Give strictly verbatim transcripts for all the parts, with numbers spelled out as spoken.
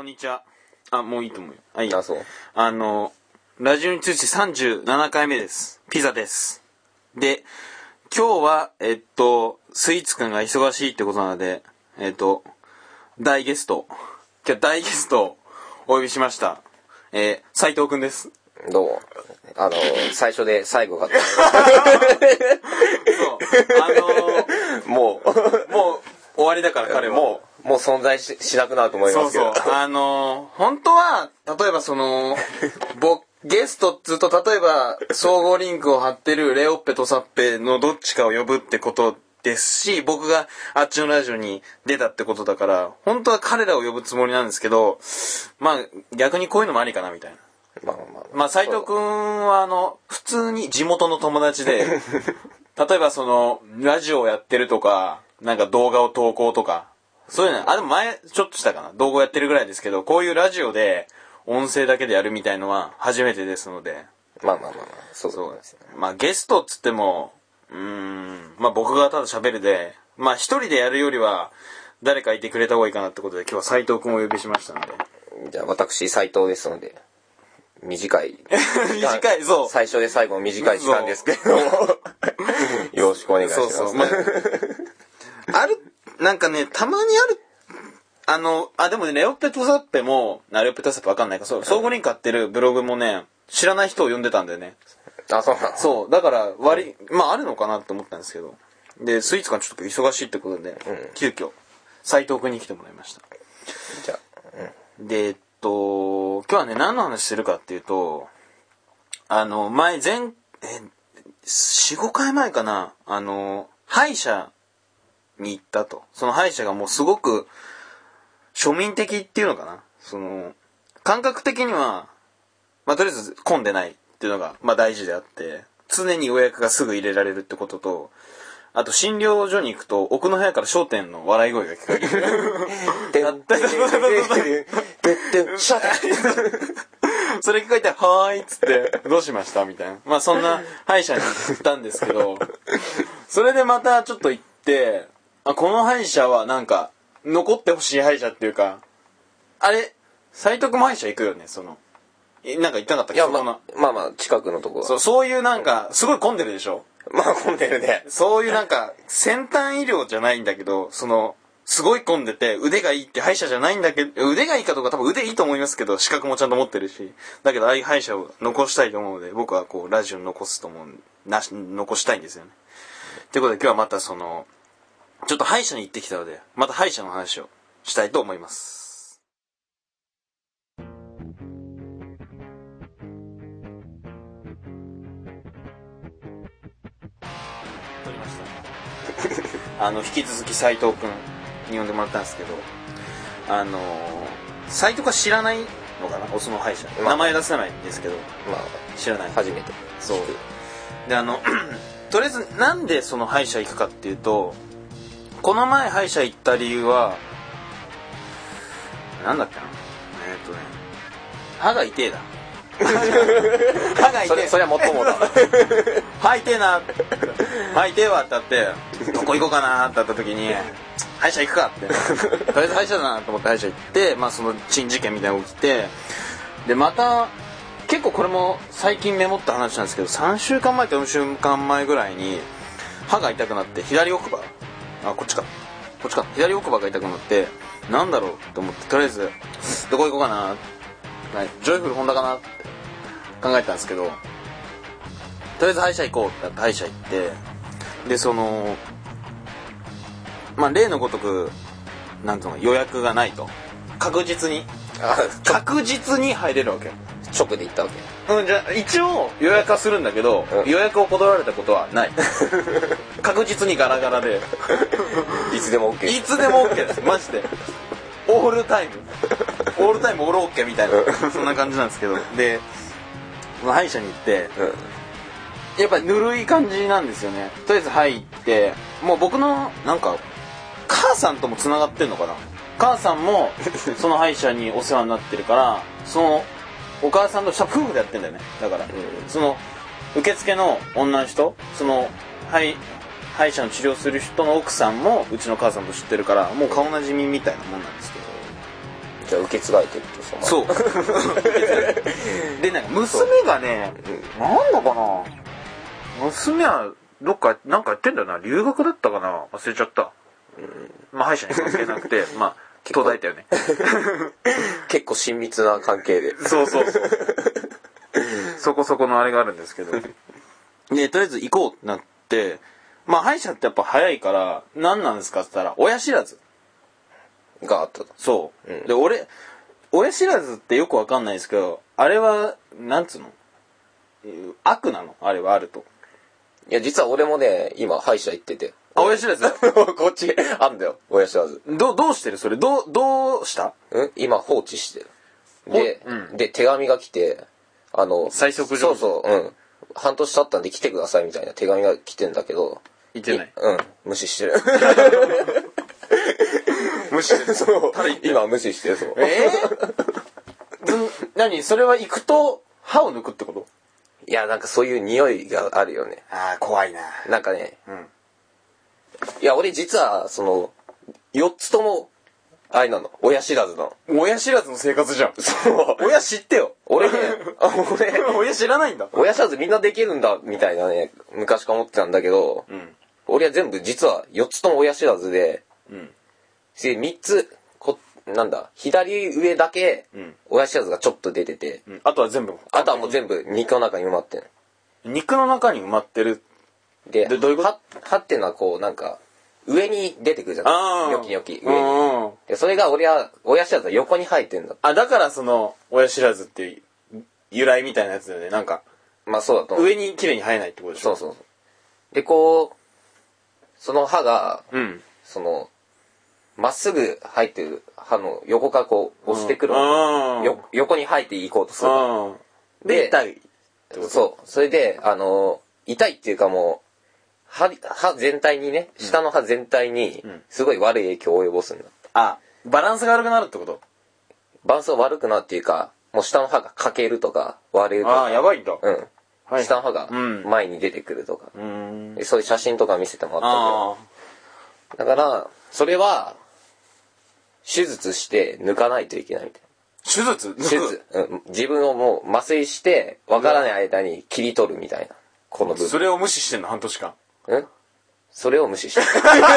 んにちは。あ、もういいと思うよ。はい。 あ、そう。 あの、ラジオについてさんじゅうななかいめです。ピザです。で、今日は、えっと、スイーツくんが忙しいってことなので、えっと、大ゲスト、今日大ゲストをお呼びしました。えー、斉藤くんです。 どうも。あの、最初で最後が。そう。 あのー、 もう、 もう終わりだから彼は。 もう、もう存在 し, しなくなると思いますけど。 そうそう。あのー、本当は、例えばその、僕、ゲストっつうと、例えば、総合リンクを貼ってるレオッペとサッペのどっちかを呼ぶってことですし、僕があっちのラジオに出たってことだから、本当は彼らを呼ぶつもりなんですけど、まあ、逆にこういうのもありかなみたいな。 まあまあ。 まあ、斉藤くんは、あの、普通に地元の友達で、例えばその、ラジオをやってるとか、なんか動画を投稿とか、そういうの、あ、でも前、ちょっとしたかな。動画やってるぐらいですけど、こういうラジオで、音声だけでやるみたいのは初めてですので。 まあまあまあまあ、そうそうですね。まあゲストっつっても、うーん、まあ僕がただ喋るで、まあ一人でやるよりは、誰かいてくれた方がいいかなってことで、今日は斉藤くんをお呼びしましたので。 じゃあ私、斉藤ですので、短い。 短い、そう。 最初で最後の短い時間ですけれども、よろしくお願いします。 そうそう。まあ、ある、なんかね、たまにある、あの、あ、でもね、レオッペとサッペも、レオッペとサッペわかんないか、そう、相互リンク買ってるブログもね、知らない人を呼んでたんだよね。 あ、そうなの？ そう、だから割り、まああるのかなって思ったんですけど。で、スイーツがちょっと忙しいってことで、うん、急遽、斉藤くんに来てもらいました。 じゃあ、 うん、で、えっと、今日はね、何の話するかっていうと、あの、前、前、え、よん、ごかいまえかな、あの、歯医者に行ったと。その歯医者がもうすごく、庶民的っていうのかな、その感覚的にはまあとりあえず混んでないっていうのがまあ大事であって、常に予約がすぐ入れられるってことと、あと診療所に行くと奥の部屋から商店の笑い声が聞こえる。それ聞こえてはーいっつってどうしましたみたいな、まあそんな歯医者に行ったんですけど、それでまたちょっと行って、あ、この歯医者はなんか残ってほしい歯医者っていうか、あれ、斉藤くんも歯医者行くよね、その。なんか行ったなかったっけ？ いや、まあ、まあまあ、近くのとこは。 そう、そういうなんか、すごい混んでるでしょ？ まあ混んでるね。 そういうなんか、先端医療じゃないんだけど、その、すごい混んでて、腕がいいって歯医者じゃないんだけど、腕がいいかどうか多分腕いいと思いますけど、資格もちゃんと持ってるし。だけど、ああいう歯医者を残したいと思うので、僕はこう、ラジオに残すと思う、なし、残したいんですよね。ということで今日はまたその、ちょっと歯医者に行ってきたので、また歯医者の話をしたいと思います。撮りました。あの、引き続き斉藤くんに呼んでもらったんですけど、あの、斉藤が知らないのかな、その歯医者。まあ、名前出せないんですけど、まあ、知らない。 初めて。 そう。で、あの、とりあえずなんでその歯医者行くかっていうと、この前歯医者行った理由は、なんだっけな、えー、っとね、歯が痛えだ。歯が痛え。 それ、それはもっともだ。 歯痛えな、歯痛えわってあって、どこ行こうかなってあった時に、歯医者行くかって。とりあえず歯医者だなと思って歯医者行って、まあその珍事件みたいなのが起きて、で、また、結構これも最近メモった話なんですけど、さんしゅうかんまえかよんしゅうかんまえぐらいに、歯が痛くなって、左奥歯、あ、こっちか。こっちか。左奥歯が痛くなって、なんだろうと思って、とりあえず、どこ行こうかな、はい、ジョイフルホンダかなって考えたんですけど、とりあえず歯医者行こうってなって歯医者行って、で、その、まあ、例のごとく、なんていうの、予約がないと。確実に。確実に入れるわけ。 直で行ったわけ。 うん、じゃあ、一応予約はするんだけど、うん、予約を断られたことはない。確実にガラガラで。 いつでも OK。 いつでも OK です。マジで。オールタイム。オールタイムオール OK みたいな。そんな感じなんですけど。で、歯医者に行って、うん、やっぱりぬるい感じなんですよね。とりあえず入って、もう僕の、なんか、母さんとも繋がってんのかな。母さんも、その歯医者にお世話になってるから、その、お母さんとした夫婦でやってんだよね。だから、うん、その受付の女の人、その歯医歯医者の治療する人の奥さんもうちの母さんと知ってるから、もう顔なじみみたいなもんなんですけど。 じゃあ受け継がれてるってさ。 そうでね娘がね、うん、なんだかな、娘はどっかなんかやってんだよな、留学だったかな、忘れちゃった、うん、まあ歯医者に関係なくてまあ東大だよね結構親密な関係でそうそうそうそこそこのあれがあるんですけどでとりあえず行こうってなって、まあ歯医者ってやっぱ早いから何なんですかって言ったら親知らずがあったと。 そう、 うん、 で俺親知らずってよくわかんないですけど、あれはなんつうの悪なの、あれはあると。 いや実は俺もね今歯医者行ってて。 あ、親知らずこっちあんだよ親知らず。 どどうしてるそれ、どうどうした？ うん今放置してる。で、うん、で手紙が来て、あの最速そうそううん半年経ったんで来てくださいみたいな手紙が来てんだけど。 言ってない。 うん無視してる無視してる。 そう今無視してる。そう。 えー、何それは行くと歯を抜くってこと？ いやなんかそういう匂いがあるよね。 ああ怖いな。 なんかね、 うん、 いや俺実はそのよっつともあれなの親知らずなの。 親知らずの生活じゃん。 そう親知ってよ。 俺ねあ俺親知らないんだ。 親知らずみんなできるんだみたいなね昔から思ってたんだけど、うん、俺は全部実はよっつとも親知らずで、うん、でみっつこなんだ左上だけ親知らずがちょっと出てて、 うん、あとは全部あとはもう全部肉の中に埋まってる。 肉の中に埋まってるでどういうこと？歯っていうのはこうなんか上に出てくるじゃん。ニョキニョキ上に。でそれが俺は親知らずは横に生えてんだ。 あだからその親知らずっていう由来みたいなやつだよね。なんかまあそうだと上に綺麗に生えないってことでしょ。 そうそうそう。でこうその歯が、うん、そのまっすぐ生えてる歯の横からこう押してくる、うん、よ横に生えていこうとする、うん、 で痛いそうそれであの痛いっていうかもう歯, 歯全体にね下の歯全体にすごい悪い影響を及ぼすんだ、うん、 あバランスが悪くなるってこと？ バランスが悪くなるっていうかもう下の歯が欠けるとか割れるとか。 あやばいんだ。 うん、はい、下の歯が前に出てくるとか、うん、そういう写真とか見せてもらったけどだからそれは手術して抜かないといけないみたいな。手術？ 手術、うん、自分をもう麻酔して分からない間に切り取るみたいなこの部分。 それを無視してんの半年間。 うんそれを無視して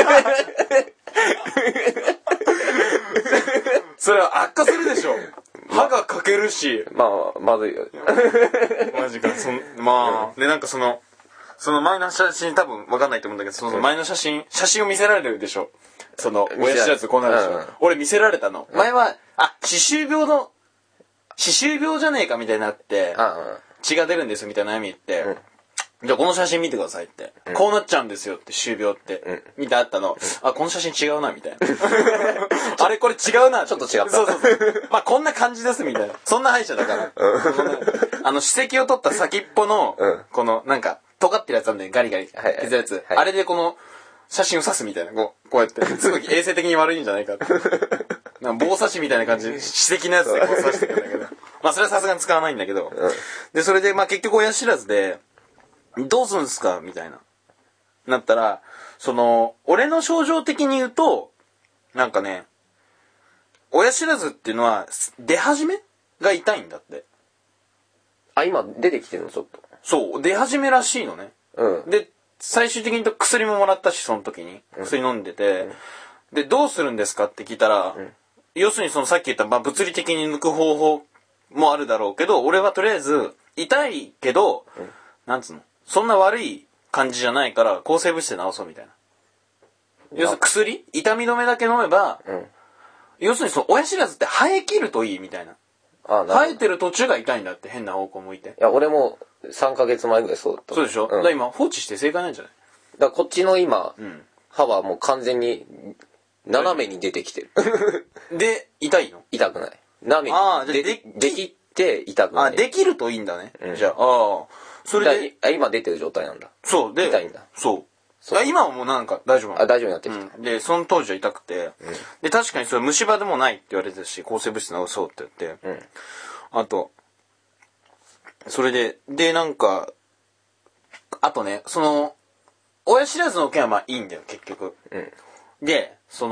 それは悪化するでしょ。歯が欠けるしまあまずいよマジかそんまあ、うん、でなんかそのその前の写真多分分かんないと思うんだけどその前の写真写真を見せられるでしょ。その親知らずこうなるでしょ、うん、俺見せられたの、うん、前はあ歯周病の歯周病じゃねえかみたいになって、うん、血が出るんですよみたいな悩み言って、うん、じゃあこの写真見てくださいって、うん、こうなっちゃうんですよって歯周病って、うん、みたいなあったの、うん、あこの写真違うなみたいなあれこれ違うなちょっと違ったそうそうそうまあこんな感じですみたいなそんな歯医者だから、うん、あの歯石を取った先っぽの、うん、このなんか尖ってるやつあるんだよガリガリ削るやつ、はいはい、あれでこの写真を刺すみたいなこうこうやってすごい衛生的に悪いんじゃないかってなんか棒刺しみたいな感じで歯石のやつでこう刺してくるんだけどまあそれはさすがに使わないんだけど、うん、でそれでまあ結局親知らずでどうするんですかみたいななったらその俺の症状的に言うとなんかね親知らずっていうのは出始めが痛いんだって。 あ今出てきてるのちょっとそう出始めらしいのね、うん、で最終的に薬ももらったしその時に薬飲んでて、うん、でどうするんですかって聞いたら、うん、要するにそのさっき言った、まあ、物理的に抜く方法もあるだろうけど俺はとりあえず痛いけど、うん、なんつうのそんな悪い感じじゃないから抗生物質で治そうみたいな要するに薬痛み止めだけ飲めば、うん、要するにその親知らずって生え切るといいみたいなああ生えてる途中が痛いんだって変な方向向いて。 いや俺もさんかげつまえぐらいそうだった。 そうでしょ、うん、だから今放置して正解なんじゃない？ だからこっちの今、うん、歯はもう完全に斜めに出てきてるで痛いの？ 痛くない斜めにあででできて痛くない。 あできるといいんだね、うん、じゃああそれで今出てる状態なんだ。 そうで痛いんだ。 そうそう今はもうなんか大丈夫なの？ あ大丈夫になってきた、 うん、でその当時は痛くて、うん、で確かにそれ虫歯でもないって言われてたし抗生物質治そうって言って、うんあと、それで、で、なんか、あとね、その、親知らずの件はまあいいんだよ、結局。うん、で、その、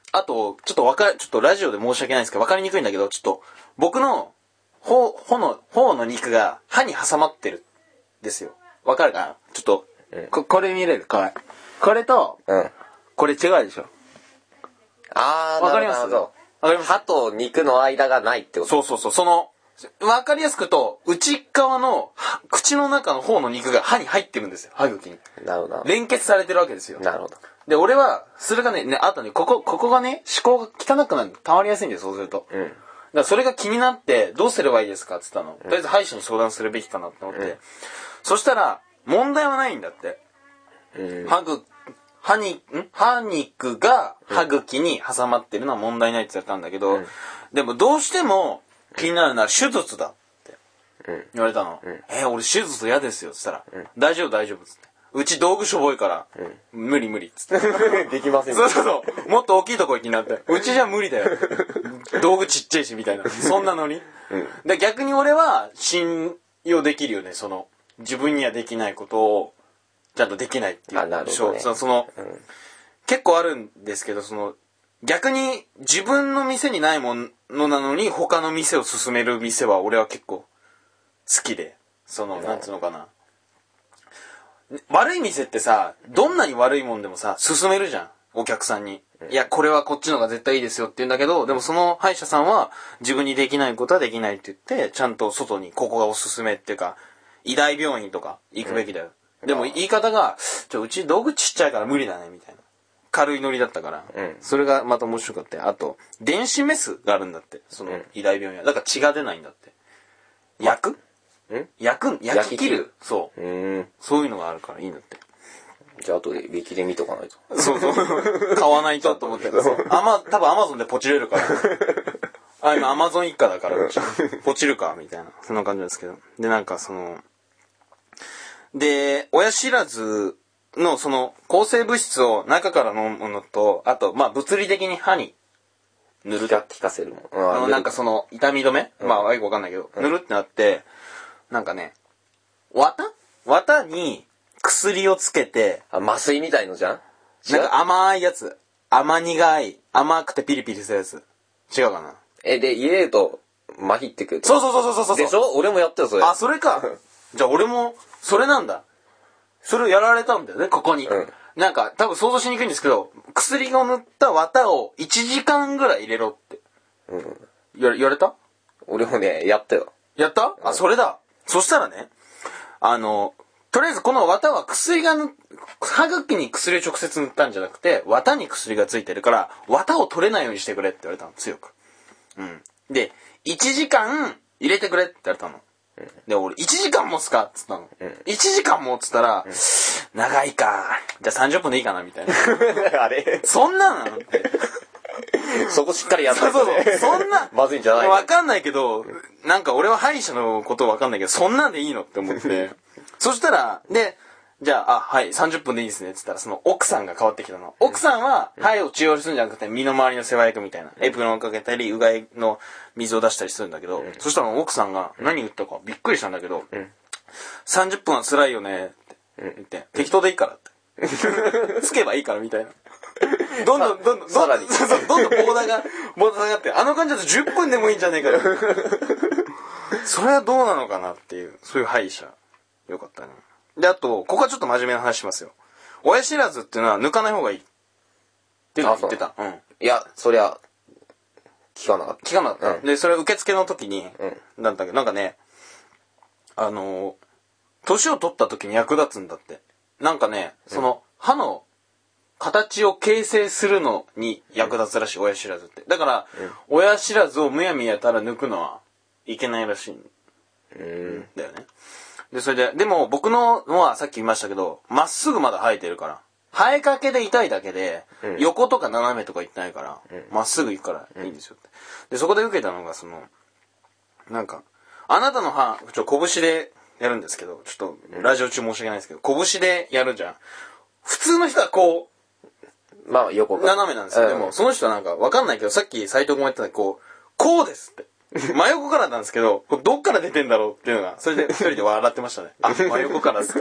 あと、ちょっとわか、ちょっとラジオで申し訳ないんですけど、わかりにくいんだけど、ちょっと、僕の、頬、頬の、頬の肉が歯に挟まってる。ですよ。わかるかなちょっと、うん、こ、これ見れるこれ。これと、うん、これ違うでしょ。 あー、 わかりますわかります。歯と肉の間がないってこと。 そうそうそう。その、わかりやすくと、内側の、口の中の方の肉が歯に入ってるんですよ。歯茎に。 なるほど。 連結されてるわけですよ。 なるほど。 で、俺は、それがね、ね、あとね、ここ、ここがね、思考が汚くなる。溜まりやすいんだよ、そうすると。うん。だからそれが気になって、どうすればいいですかって言ったの。とりあえず歯医者に相談するべきかなって思って。うん、そしたら、問題はないんだって。うん。歯ぐ、歯に、ん歯肉が歯茎に挟まってるのは問題ないって言われたんだけど、うん、でもどうしても気になるのは手術だって言われたの。うん、えー、俺手術嫌ですよって言ったら、うん、大丈夫大丈夫っつって。うち道具しょぼいから、うん、無理無理っつって。 できません。 そうそうそう。もっと大きいとこ行きなって。うちじゃ無理だよ。道具ちっちゃいしみたいな。そんなのに。うん、で逆に俺は信用できるよね。その自分にはできないことをちゃんとできないっていう。 あ、なるほどね。 その、その、うん、結構あるんですけど、その逆に自分の店にないものなのに他の店を勧める店は俺は結構好きで、その、なんつうのかな。悪い店ってさ、どんなに悪いもんでもさ、勧めるじゃん。お客さんに。いや、これはこっちのが絶対いいですよって言うんだけど、でもその歯医者さんは自分にできないことはできないって言って、ちゃんと外にここがおすすめっていうか、医大病院とか行くべきだよ。うん、でも言い方が、ちょ、うち道具ちっちゃいから無理だね、みたいな。軽いノリだったから。うん、それがまた面白かった。あと、電子メスがあるんだって。その医大病院は。だから血が出ないんだって。焼くん焼く焼き切るそう。うん。そういうのがあるからいいんだって。 じゃあ後でウィキで見とかないと。 そうそう。買わないとと思ってる。あま、多分アマゾンでポチれるから。あ、今アマゾン一家だから、ポチるかみたいな。そんな感じなんですけど。で、なんかその、で、親知らずのその抗生物質を中から飲むのと、あと、まあ物理的に歯に塗る。 効かせるもん。 あの、なんかその、痛み止め、うん、まあ、よくわかんないけど、うん、塗るってなって、なんかね、綿綿に薬をつけて、 あ、麻酔みたいのじゃんなんか甘いやつ。甘苦い。甘くてピリピリするやつ。違うかなえ、で、入れると、麻痺ってくる。 そうそうそうそうそう。 でしょ俺もやったよ、それ。 あ、それか。じゃあ俺も、それなんだ。それをやられたんだよね、ここに。うん、なんか、多分想像しにくいんですけど、薬を塗った綿をいちじかんぐらい入れろって。うん。や、やれた？ 俺もね、やったよ。 やった？うん、あ、それだ。そしたらね、あの、とりあえずこの綿は薬がぬ、歯茎に薬を直接塗ったんじゃなくて、綿に薬がついてるから、綿を取れないようにしてくれって言われたの、強く。うん。で、いちじかん入れてくれって言われたの。うん、で、俺、いちじかんもつかっつったの。うん、いちじかんもっつったら、うん、長いか。じゃあさんじゅっぷんでいいかなみたいな。 あれそんなのって。 そこしっかりやったんだね。 そうそう。そんな。 まずいんじゃないの？ わかんないけど、なんか俺は歯医者のことわかんないけど、そんなんでいいのって思って。そしたら、で、じゃあ、あ、はい、さんじゅっぷんでいいですね。って言ったら、その奥さんが変わってきたの。奥さんは、歯を治療するんじゃなくて、身の回りの世話役みたいな。エプロンをかけたり、うがいの水を出したりするんだけど、うん、そしたら奥さんが何言ったかびっくりしたんだけど、うん、さんじゅっぷんは辛いよねって言って、うん、適当でいいからって。つけばいいからみたいな。どんどんどんどん、 さらに。 そうそう、どんどんボーダーが、ボーダーがって、あの感じだとじゅっぷんでもいいんじゃねえかよ。それはどうなのかなっていう、そういう歯医者。よかったね。で、あと、ここはちょっと真面目な話しますよ。親知らずっていうのは抜かない方がいい。って言ってた。うん。 いや、そりゃ、聞かなかった。 聞かなかった。うん、で、それ受付の時に、うん、なんだっけ、なんかね、あのー、年を取った時に役立つんだって。なんかね、その、歯の形を形成するのに役立つらしい、うん、親知らずって。だから、うん、親知らずをむやみやたら抜くのはいけないらしいんだよね。で、それで、でも僕ののはさっき言いましたけど、まっすぐまだ生えてるから。生えかけで痛いだけで、うん、横とか斜めとかいってないから、ま、うん、っすぐ行くからいいんですよって。で、そこで受けたのが、その、なんか、あなたの歯、ちょ、拳でやるんですけど、ちょっと、ラジオ中申し訳ないですけど、拳でやるじゃん。普通の人はこう、まあ、横か。斜めなんですよ。うん、でも、その人はなんか、わかんないけど、さっき斉藤君も言ってたこう、こうですって。真横からなんですけど、どっから出てんだろうっていうのが、それで一人で笑ってましたね。あ、真横からですか。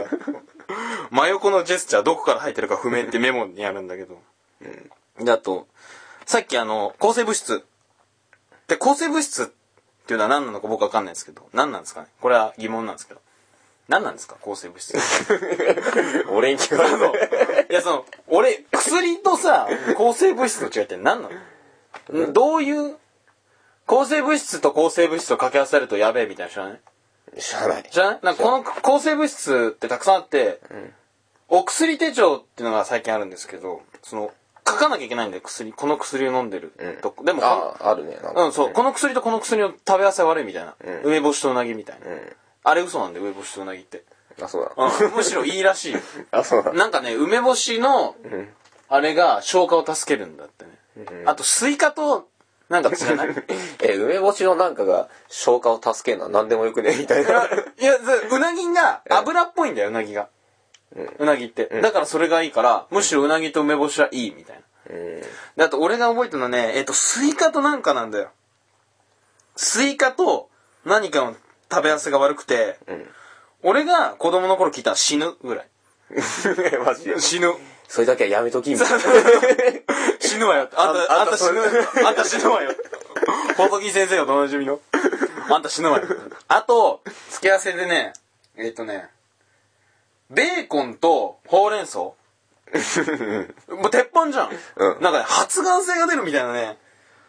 真横のジェスチャーどこから入ってるか不明ってメモにあるんだけど。うん。で、あと、 さっきあの、抗生物質。で、抗生物質っていうのは何なのか僕わかんないですけど、何なんですかね。これは疑問なんですけど。何なんですか抗生物質。 俺に聞かれる。 いや、その、俺、薬とさ、抗生物質の違いって何なの？どういう、抗生物質と抗生物質を掛け合わせるとやべえみたいな知らない？ 知らない。 知らない？なんかこの抗生物質ってたくさんあって、うん、お薬手帳っていうのが最近あるんですけど、その、書かなきゃいけないんだよ、薬。この薬を飲んでる。うん、でもあ、あるね。なんかうん、そう。この薬とこの薬の食べ合わせ悪いみたいな。うん、梅干しとうなぎみたいな。うん、あれ嘘なんだよ、梅干しとうなぎって。 あ、そうだ。 うん、むしろいいらしいよ。 あ、そうだ。 なんかね、梅干しの、うん、あれが消化を助けるんだってね。うん、あと、スイカと、なんか知らないえ、梅干しのなんかが消化を助けるのは何でもよくねみたいな。 いや、うなぎが油っぽいんだよ、うなぎが。うん、うなぎって、うん。だからそれがいいから、むしろうなぎと梅干しはいいみたいな。うん、で、あと俺が覚えてるのはね、えっと、スイカとなんかなんだよ。スイカと何かの食べ合わせが悪くて、うん、俺が子供の頃聞いたら死ぬぐらい。 マジで死ぬ。 それだけはやめときみたいな。 死ぬわよ。あんた、あんた死ぬわよ。あんた死ぬわよ。細木先生がおなじみの。あんた死ぬわよ。あと、付け合わせでね、えっとね、ベーコンとほうれん草もう鉄板じゃん。うん、なんかね、発がん性が出るみたいなね。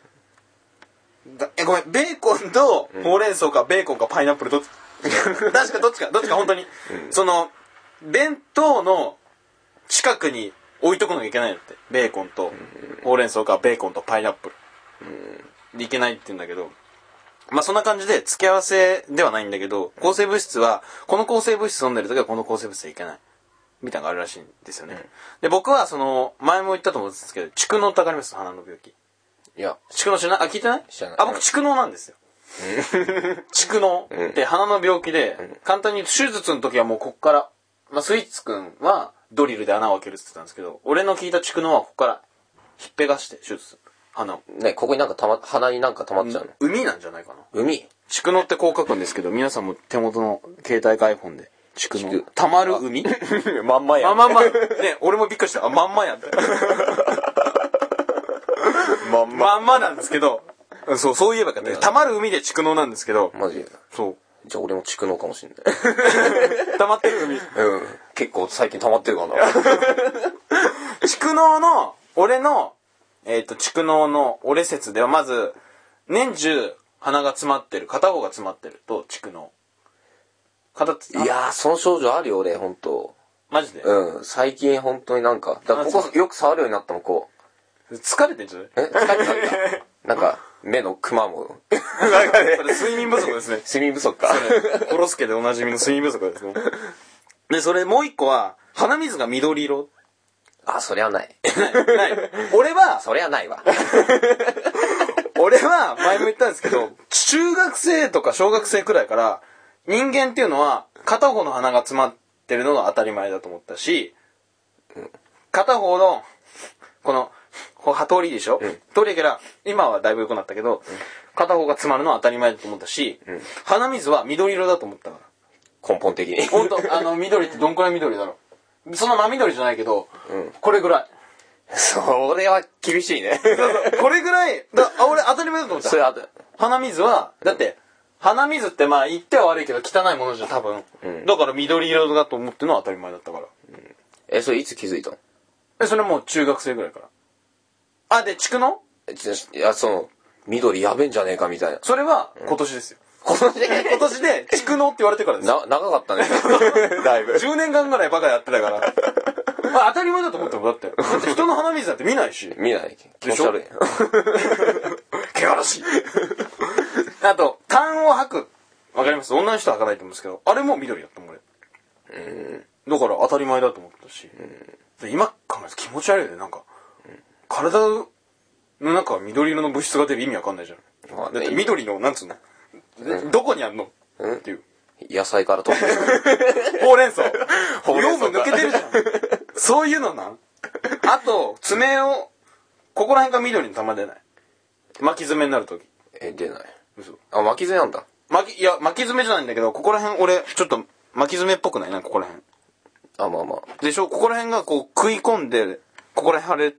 え、ごめん、ベーコンとほうれん草かベーコンかパイナップルどっち確かどっちか、どっちか本当に。うん、その、弁当の近くに置いとくのがいけないのって。ベーコンとほうれん草かベーコンとパイナップル。うん、でいけないって言うんだけど。まあそんな感じで付け合わせではないんだけど、抗生物質は、この抗生物質飲んでる時はこの抗生物質はいけない。みたいなのがあるらしいんですよね。うん、で、僕はその、前も言ったと思うんですけど、蓄膿ってわかります？鼻の病気。 いや。 蓄膿知らない？あ、聞いてない？ 知らない。 あ、僕蓄膿なんですよ。蓄膿って鼻の病気で、うん、簡単に言うと手術の時はもうこっから、まあスイーツくんはドリルで穴を開けるって言ってたんですけど、俺の聞いた蓄膿はここからひっぺがして手術。鼻を。 ね、ここになんかたま、鼻になんか溜まっちゃうの？ 海なんじゃないかな。 海？ 蓄膿ってこう書くんですけど、皆さんも手元の携帯か iPhone で。蓄膿。溜まる海まんまや。 あ、まんま。ね、俺もびっくりした。あ、まんまやって。 まんま。 まんまなんですけど、そう、そう言えばよかった。溜まる海で蓄膿なんですけど。 マジ？ そう。 じゃあ俺も蓄膿かもしんない。 溜まってる海。うん。 結構最近溜まってるかな。 蓄膿の、俺の、えっと、蓄膿の俺説では、まず、年中鼻が詰まってる、片方が詰まってると蓄膿。 いやー、その症状あるよ、俺、ほんと。 マジで？ うん。最近ほんとになんか、だからここよく触るようになったもん、こう。疲れてんじゃない？ え？疲れてたなんか、目のクマも。 なんかね、それ睡眠不足ですね。 睡眠不足か。 それ、コロスケでおなじみの睡眠不足ですね。で、それもう一個は、鼻水が緑色。 あ、そりゃない。 ない。俺は、 そりゃないわ。 俺は、前も言ったんですけど、中学生とか小学生くらいから、人間っていうのは、片方の鼻が詰まってるのが当たり前だと思ったし、片方の、この、通りでしょ、うん、通りやから、今はだいぶ良くなったけど、うん、片方が詰まるのは当たり前だと思ったし、うん、鼻水は緑色だと思ったから。 根本的に。 ほんと、あの、緑ってどんくらい緑だろう。そんな真緑じゃないけど、うん、これぐらい。 それは厳しいね。 そうそうこれぐらい、だあ、俺当たり前だと思った。 それ当た鼻水は、だって、鼻水ってまあ言っては悪いけど汚いものじゃ多分。うん、だから緑色だと思ってるのは当たり前だったから。うん、 え、それいつ気づいたの？ え、それもう中学生ぐらいから。あ、で、蓄膿？ いや、その、緑やべえんじゃねえかみたいな。 それは今年ですよ。 うん、今年今年で蓄膿って言われてからですよ。 な、長かったね。だいぶ。 じゅうねんかんぐらいバカやってたから。まあ当たり前だと思ってもだって。だって人の鼻水だって見ないし。 見ない。気持ち悪い。 汚らしい。あと、痰を吐く。わかります？女の人は吐かないと思うんですけど、あれも緑だったもん俺。うん。だから当たり前だと思ったし。うん、今考えると気持ち悪いよね、なんか。うん、体の中は緑色の物質が出る意味わかんないじゃん。まあ、だって緑の、なんつうの、うん、どこにあんの、うん、っていう。 野菜から取ってる。ほうれん草。養分抜けてるじゃん。そういうのなん。あと、爪を、ここら辺が緑の玉出ない。巻き爪になるとき。 え、出ない。嘘。あ、巻き爪なんだ。 巻き、いや、巻き爪じゃないんだけど、ここら辺、俺、ちょっと、巻き爪っぽくないな、ここら辺。 あ、まあまあ。 でしょ、ここら辺がこう、食い込んで、ここら辺腫れて、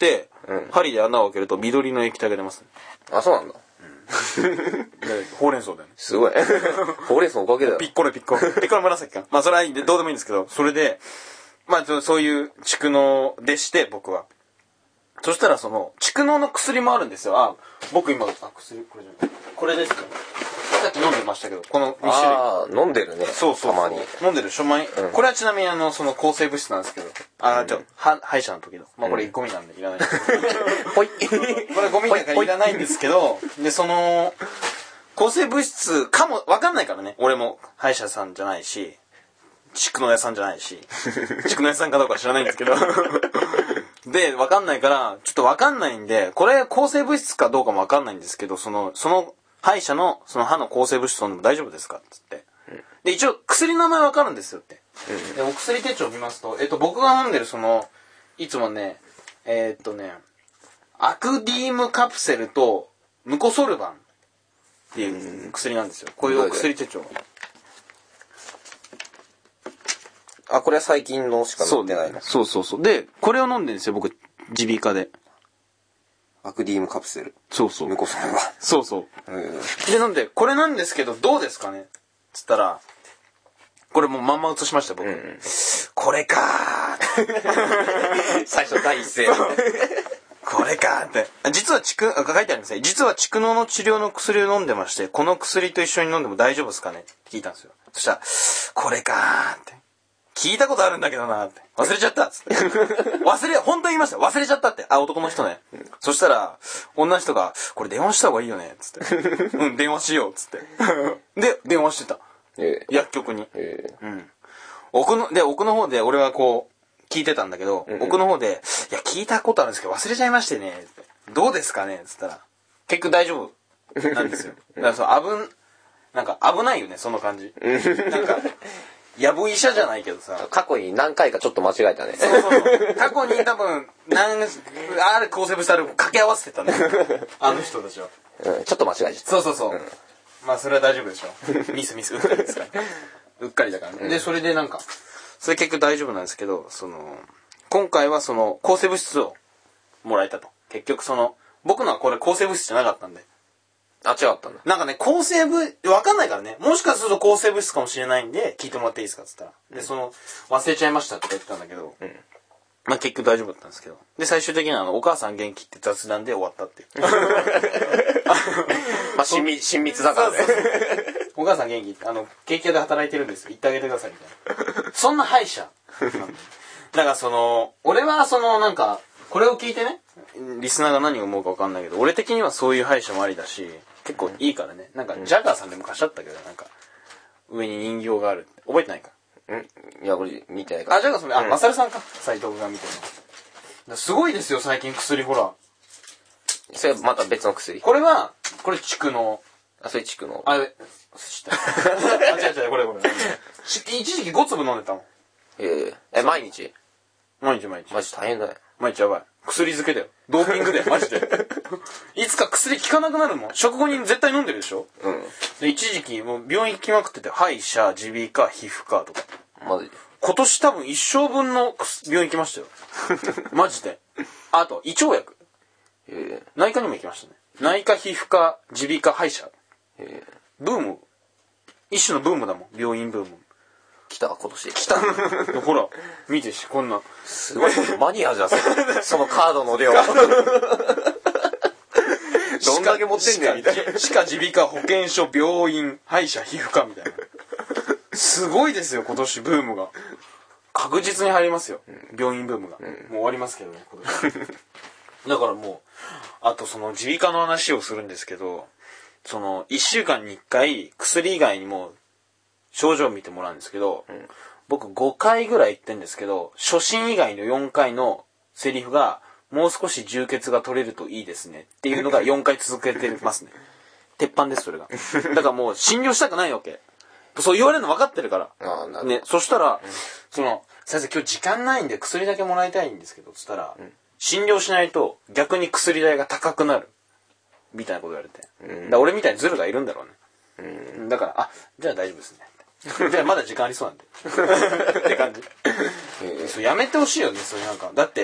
うん、 針で穴を開けると緑の液体が出ます、ね、 あ、そうなんだ。 ほうれん草だよね。 すごい。ほうれん草のおかげだよ。 ピッコロピッコロ。ピッコロ紫か。まあそれはどうでもいいんですけど、それで、まあそういう蓄能でして、僕は。そしたらその、蓄能の薬もあるんですよ。あ、僕今、あ、薬、これじゃない。これですね。さっき飲んでましたけど、このに種類。 ああ、飲んでるね。 そうそうそう。 たまに。 飲んでる、初枚、うん。これはちなみにあの、その抗生物質なんですけど。あ、ちょ、は、歯医者の時の。まあこれゴミなんでいらないですけど。 ほい。 これゴミだからいらないんですけど、で、その、抗生物質かも、わかんないからね。俺も歯医者さんじゃないし、蓄能屋さんじゃないし、蓄能屋さんかどうか知らないんですけど。で、わかんないから、ちょっとわかんないんで、これ抗生物質かどうかもわかんないんですけど、その、その、歯医者の、その歯の抗生物質飲んでも大丈夫ですかつって。うん、で、一応、薬の名前わかるんですよって。うん、で、お薬手帳見ますと、えっと、僕が飲んでるその、いつもね、えー、っとね、アクディームカプセルと、ムコソルバンっていう薬なんですよ。こういうお薬手帳。 あ、これは最近のしか飲んでないの。 そうそうそう。で、これを飲んでるんですよ、僕、耳鼻科で。 アクディームカプセル。 そうそう。 ムコソルバン。 そうそう。うん、で、飲んで、これなんですけど、どうですかねつったら、これもうまんま映しました、僕。うん、これかー最初第一声。 これかーって。実は蓄、書いてあるんですね。実は蓄能の治療の薬を飲んでまして、この薬と一緒に飲んでも大丈夫ですかねって聞いたんですよ。そしたら、これかーって。聞いたことあるんだけどなーって。忘れちゃったっつって。忘れ、本当に言いました。忘れちゃったって。あ、男の人ね。うん、そしたら、女の人が、これ電話した方がいいよねっつって。うん、電話しようっつって。で、電話してた。えー、薬局に。えー、うん。奥の、で、奥の方で俺はこう、聞いてたんだけど、うんうん、奥の方で、いや、聞いたことあるんですけど忘れちゃいましてねって。どうですかねつったら、結局大丈夫なんですよ。だからそう、危ん、なんか危ないよね、その感じ。なんか、やぶ医者じゃないけどさ。 過去に何回かちょっと間違えたね。 そうそうそう。過去に多分、何、ある抗生物質ある掛け合わせてたね。あの人たちは。 うん、ちょっと間違えちゃった。 そうそうそう。うん、まあそれは大丈夫でしょ。ミスミス、うっかりですから。うっかりだからね。うん、で、それでなんか、それ結局大丈夫なんですけど、その、今回はその、抗生物質をもらえたと。結局その、僕のはこれ抗生物質じゃなかったんで。 あ、違ったんだ。 なんかね、抗生物、わかんないからね。もしかすると抗生物質かもしれないんで、聞いてもらっていいですかって言ったら。うん、で、その、忘れちゃいましたって言ってたんだけど、うん、まあ結局大丈夫だったんですけど。で、最終的にはあの、お母さん元気って雑談で終わったっていう。 まあ、親密、親密だからね。そうそうそうお母さん元気って、あの、ケーキ屋で働いてるんですよ。行ってあげてくださいみたいな。そんな歯医者。だからその、俺はその、なんか、これを聞いてね、リスナーが何を思うかわかんないけど、俺的にはそういう歯医者もありだし、結構いいからね。なんか、ジャガーさんで昔あったけど、なんか、上に人形があるって。覚えてないかんいや、俺、見てないから。 あ、ジャガーさん、あ、マサルさんか。斎藤が見てる。すごいですよ、最近薬、ほら。 それまた別の薬。 これは、これ蓄能。 あ、それ蓄能。 あ、知った。あ、違う違う、これこれ。一時期ご粒飲んでたもん。 えー、え、毎日毎日毎日。 マジ大変だよ。 毎日やばい。薬漬けだよ。ドーピングだよ、マジで。いつか薬効かなくなるもん。食後に絶対飲んでるでしょうん。で、一時期、もう病院行きまくってて、歯医者、耳鼻科、皮膚科とか。 マジで今年多分一生分の病院行きましたよ。マジで。あと、胃腸薬。えー、内科にも行きましたね。内科、皮膚科、耳鼻科、歯医者。えー、ブーム。一種のブームだもん。病院ブーム。 来た今年。 来たほら、見てし、こんな。 すごい、マニアじゃん、そのカードの量。どんだけ持ってんねん、みたいな。 歯科、耳鼻科、保健所、病院、歯医者、皮膚科、みたいな。すごいですよ、今年、ブームが。確実に入りますよ。うん、病院ブームが、うん。もう終わりますけどね、今年。だからもう、あとその、耳鼻科の話をするんですけど、その、一週間に一回、薬以外にも、症状を見てもらうんですけど、うん、僕ごかいぐらい言ってんですけど、初診以外のよんかいのセリフが、もう少し充血が取れるといいですねっていうのがよんかい続けてますね。鉄板です、それが。だからもう診療したくないわけ。そう言われるの分かってるから。 ああ、なるほど。 ね、そしたら、うん、その、先生今日時間ないんで薬だけもらいたいんですけど、つったら、うん、診療しないと逆に薬代が高くなる。みたいなこと言われて。うん、だから俺みたいにズルがいるんだろうね。うん、だから、あ、じゃあ大丈夫ですね。じゃあまだ時間ありそうなんで。って感じ。えー、そうやめてほしいよね、そういうなんか。だって、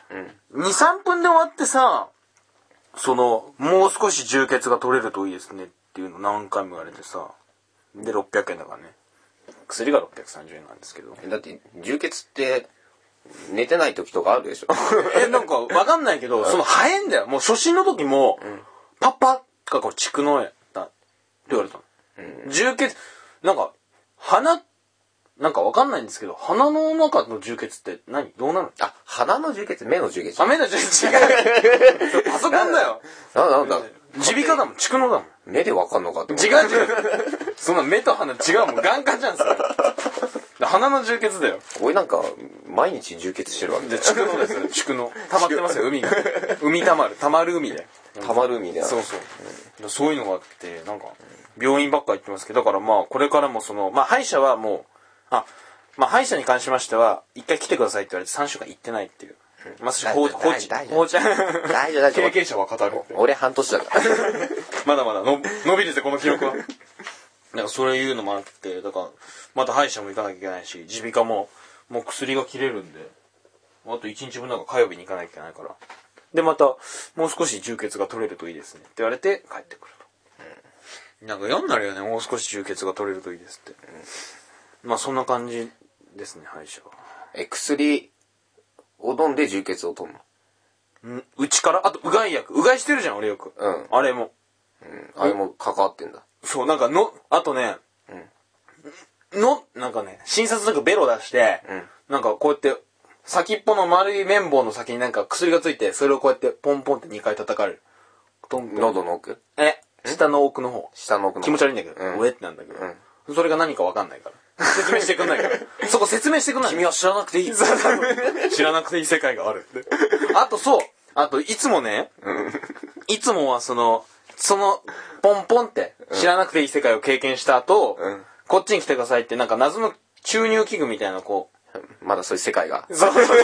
うん、に、さんぷんで終わってさ、その、もう少し充血が取れるといいですねっていうの何回も言われてさ、で、ろっぴゃくえんだからね。薬がろっぴゃくさんじゅうえんなんですけど。 だって、充血って、寝てない時とかあるでしょえ、なんか、わかんないけど、その、早いんだよ。もう初診の時も、うん、パッパッかこう、蓄膿炎だって言われたの。うん、充血、なんか、鼻、なんかわかんないんですけど、鼻の中の充血って何どうなるの？ あ、鼻の充血目の充血あ、目の充血違う。パソコンだよ。 な、なんだ耳鼻科だもん、蓄膿だもん。 目でわかんのかって。 違う違う。そんな目と鼻違うもん、眼科じゃん、それ。鼻の充血だよ。 俺なんか、毎日充血してるわけで、蓄膿ですよ、蓄膿。溜まってますよ、海が。海溜まる、溜まる海で。 溜まる海で。 そうそう。うん、そういうのがあって、なんか、病院ばっか行ってますけど、だからまあ、これからもその、まあ、歯医者はもう、あ、まあ、歯医者に関しましては、一回来てくださいって言われてさんしゅうかん行ってないっていう。まさしく放置、放置、放置、 大丈夫、大丈夫。 経験者は語る。 俺半年だから。 まだまだの伸びるぜ、この記録は。なんかそういうのもあって、だから、また歯医者も行かなきゃいけないし、耳鼻科も、もう薬が切れるんで、あといちにちぶんなんか火曜日に行かなきゃいけないから。で、また、もう少し充血が取れるといいですね。って言われて帰ってくると。うん、なんか嫌になるよね、もう少し充血が取れるといいですって。うん、まあそんな感じですね、歯医者は。 え、薬を飲んで充血を取るの？ん、うちからあと、うがい薬。うがいしてるじゃん、俺よく。 うん。 あれも。 うん。あれも関わってんだ。 そう、なんかの、あとね、うん、の、なんかね、診察なんかベロ出して、うん、なんかこうやって、先っぽの丸い綿棒の先になんか薬がついて、それをこうやってポンポンってにかい叩かれる。 トントン喉の奥？ え、下の奥の方。 下の奥の方。 気持ち悪いんだけど、うん、おえってなんだけど、うん、それが何かわかんないから。説明してくんないから。そこ説明してくんない。 君は知らなくていい。 知らなくていい世界があるって。あとそう、あといつもね、うん、いつもはその、その、ポンポンって、知らなくていい世界を経験した後、うん、こっちに来てくださいって、なんか謎の注入器具みたいな、こう。 まだそういう世界が。 そうそうそう。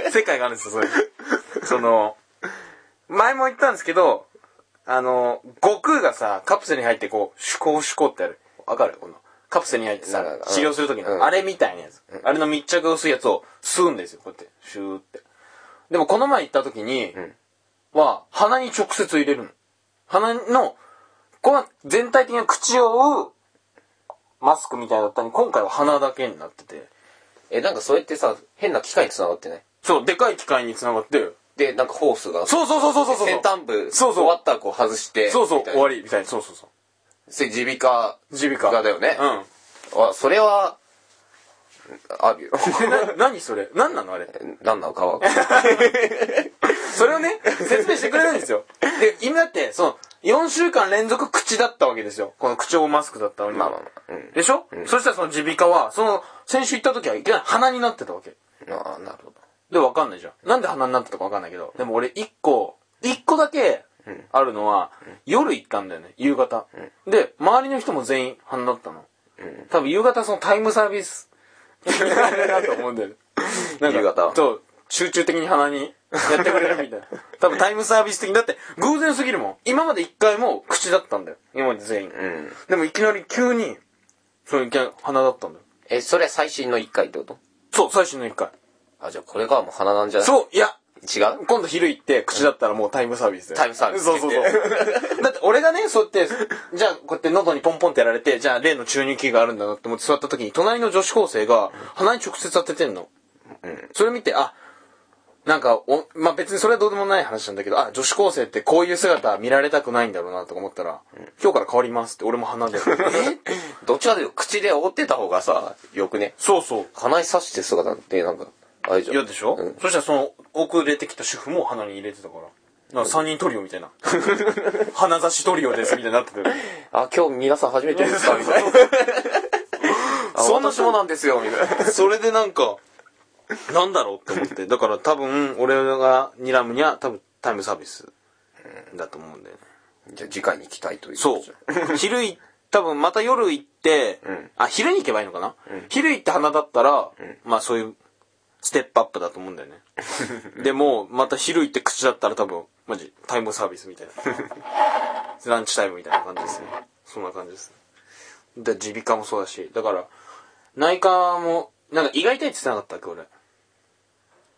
世界があるんですよ、それ。その、前も言ったんですけど、あの、悟空がさ、カプセルに入ってこう、シュコーシュコーってやる。わかる？この、カプセルに入ってさ、治療するときの、うん、あれみたいなやつ、うん。あれの密着が薄いやつを吸うんですよ、こうやって。シューって。でもこの前行ったときに、うん、は、鼻に直接入れるの。鼻の、この全体的な口を覆うマスクみたいだったのに、今回は鼻だけになってて。 え、なんかそれってさ、変な機械に繋がってない？ そう、でかい機械に繋がって。 で、なんかホースが。 そうそうそうそうそう。 先端部、 そうそう。 終わったらこう外して。 そうそう、終わり、みたいな。そうそうそう。 それ耳鼻科。 耳鼻科。 だよね。 うん。 あ、それは、あるよ。 な、何それ？何なのあれ？ 何なのかは。 それをね、説明してくれないんですよ。で、今だって、その、よんしゅうかん連続口だったわけですよ。この口調マスクだったのに。 まあまあまあ。 うん、でしょ、うん、そしたらその耳鼻科は、その、先週行った時はいきなり鼻になってたわけ。 ああ、なるほど。 で、わかんないじゃん。なんで鼻になってたかわかんないけど。でも俺一個、一個だけあるのは、うん、夜行ったんだよね、夕方、うん。で、周りの人も全員鼻だったの。うん、多分夕方そのタイムサービス、あれだと思うんだよね。なんか夕方そう、集中的に鼻にやってくれるみたいな。多分タイムサービス的に。だって、偶然すぎるもん。今まで一回も口だったんだよ。今まで全員。うん、でもいきなり急に、そういきなり鼻だったんだよ。 え、それ最新の一回ってこと？そう、 最新の一回。 あ、じゃあこれからも鼻なんじゃない？ そう、いや。 違う？ 今度昼行って口だったらもうタイムサービスで。 タイムサービス。 そうそうそう。だって俺がね、そうやって、じゃあこうやって喉にポンポンってやられて、じゃあ例の注入器があるんだなって思って座った時に、隣の女子高生が鼻に直接当ててんの。うん。それ見て、あ、なんか、お、まあ、別にそれはどうでもない話なんだけど、あ、女子高生ってこういう姿見られたくないんだろうなとか思ったら、うん、今日から変わりますって俺も鼻で。 えどっちかというと口で覆ってた方がさ、よくね。 そうそう。 鼻に刺して姿ってなんか、あれじゃん。 嫌でしょ、うん、そしたらその、奥出てきた主婦も鼻に入れてたから。なんか三人トリオみたいな。鼻差しトリオですみたいになってて。 あ、今日皆さん初めてですかみたいな。あ、私もなんですよ、みたいな。 それでなんか、なんだろうって思って。だから多分、俺が睨むには多分タイムサービスだと思うんだよね。 じゃあ次回に行きたいという。 そう。昼い、多分また夜行って、うん、あ、昼に行けばいいのかな、うん、昼行って鼻だったら、うん、まあそういうステップアップだと思うんだよね。でも、また昼行って口だったら多分、マジタイムサービスみたいな。ランチタイムみたいな感じですね。そんな感じです。で、耳鼻科もそうだし、だから、内科も、なんか胃が痛いって言ってなかったっけ、俺。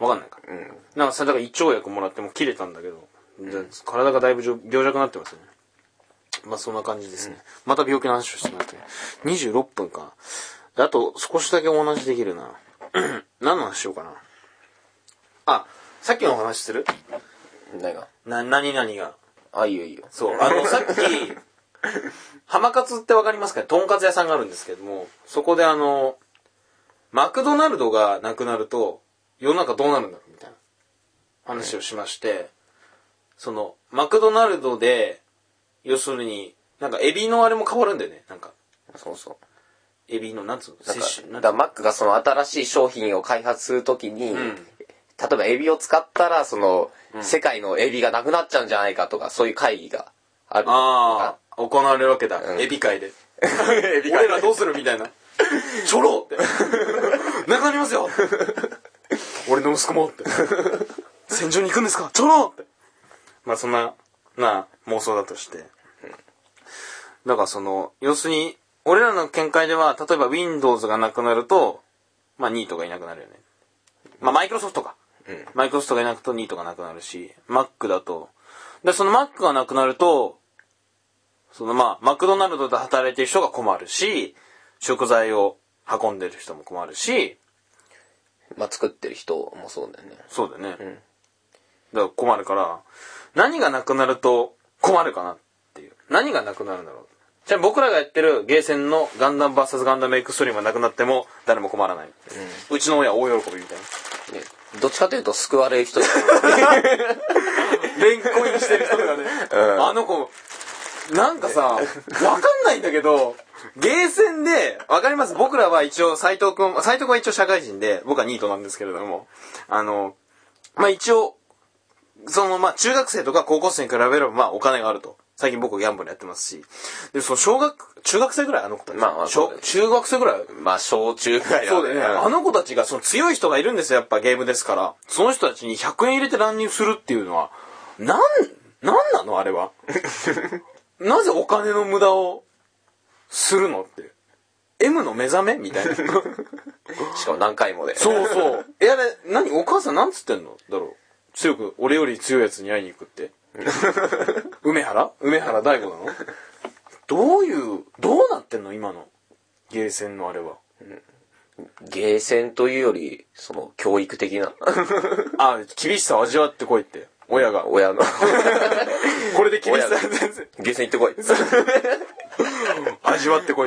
わかんないから。うん。なんかさ、だから胃腸薬もらっても切れたんだけど、うん、体がだいぶ病弱になってますよね。まあそんな感じですね。うん、また病気の話をしてもらって。にじゅうろっぷんか。あと少しだけお話できるな。何の話しようかな。あ、さっきの話する？ 何が？ な、何々が。 あ、いいよいいよ。 そう。あの、さっき、浜カツってわかりますかね？とんかつ屋さんがあるんですけども、そこであの、マクドナルドがなくなると、世の中どうなるんだろうみたいな話をしまして、その、マクドナルドで、要するに、なんかエビのあれも変わるんだよね、なんか。 そうそう。 エビの、なんつうの摂取。だからマックがその新しい商品を開発するときに、うん、例えばエビを使ったら、その、うん、世界のエビがなくなっちゃうんじゃないかとか、そういう会議がある。 ああ、行われるわけだ。うん、エビ会で。エビ会俺らどうするみたいな。ちょろって。なくなりますよ俺の息子もって。戦場に行くんですかちょろって。まあそんな、な妄想だとして。だからその、要するに、俺らの見解では、例えば Windows がなくなると、まあニートがいなくなるよね。まあマイクロソフトか。うん、マイクロソフトがいなくなるとニートがなくなるし、Mac だと。で、その Mac がなくなると、そのまあ、マクドナルドで働いてる人が困るし、食材を運んでる人も困るし、 まあ作ってる人もそうだよね。 そうだよね。うん。だから困るから、何がなくなると困るかなっていう。何がなくなるんだろう。じゃあ僕らがやってるゲーセンのガンダム ブイエス ガンダムエクストリームがなくなっても誰も困らない。うん、うちの親は大喜びみたいな。 ね、どっちかというと救われる人だレンコインしてる人がね、うん、あの子、なんかさ、わかんないんだけど、ゲーセンで、わかります？僕らは一応、斉藤くん、斉藤くんは一応社会人で、僕はニートなんですけれども、あの、まあ、一応、その、まあ、中学生とか高校生に比べれば、まあ、お金があると。最近僕ギャンブルやってますし。で、その、小学、中学生ぐらいあの子たち。 まあ、まあ、 小、中学生ぐらいまあ、小中ぐらいだね。 そうだよね。あの子たちが、その強い人がいるんですよ、やっぱゲームですから。その人たちにひゃくえん入れて乱入するっていうのは、なん、なんなのあれは。なぜお金の無駄をするのって。M の目覚めみたいな。しかも何回もで。 そうそう。いや、ね、何お母さんなんつってんのだろう。強く、俺より強いやつに会いに行くって。梅原梅原大吾なのどういう、どうなってんの今のゲーセンのあれは。うん、 ゲーセンというより、その、教育的な。 あ、厳しさを味わってこいって。親が。 親の。 これで厳しさ全然。 ゲーセン行ってこい。 味わってこいって。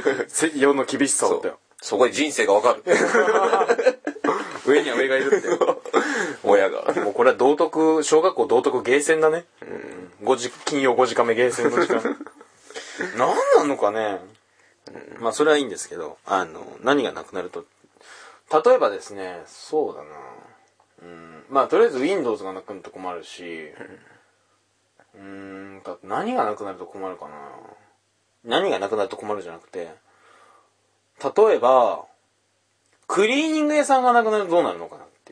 世の厳しさをって。 そ, そこで人生がわかる。 上には上がいるって。 親が。 もうこれは道徳、小学校道徳ゲーセンだね。うん。ごじ、金曜ごじかめゲーセンの時間。何なのかね。うん、まあそれはいいんですけど、あの、何がなくなると。例えばですね、そうだな。うん、まあとりあえず Windows がなくなると困るし、うーん、だって何がなくなると困るかな。何がなくなると困るじゃなくて、例えば、クリーニング屋さんがなくなるとどうなるのかなっていう。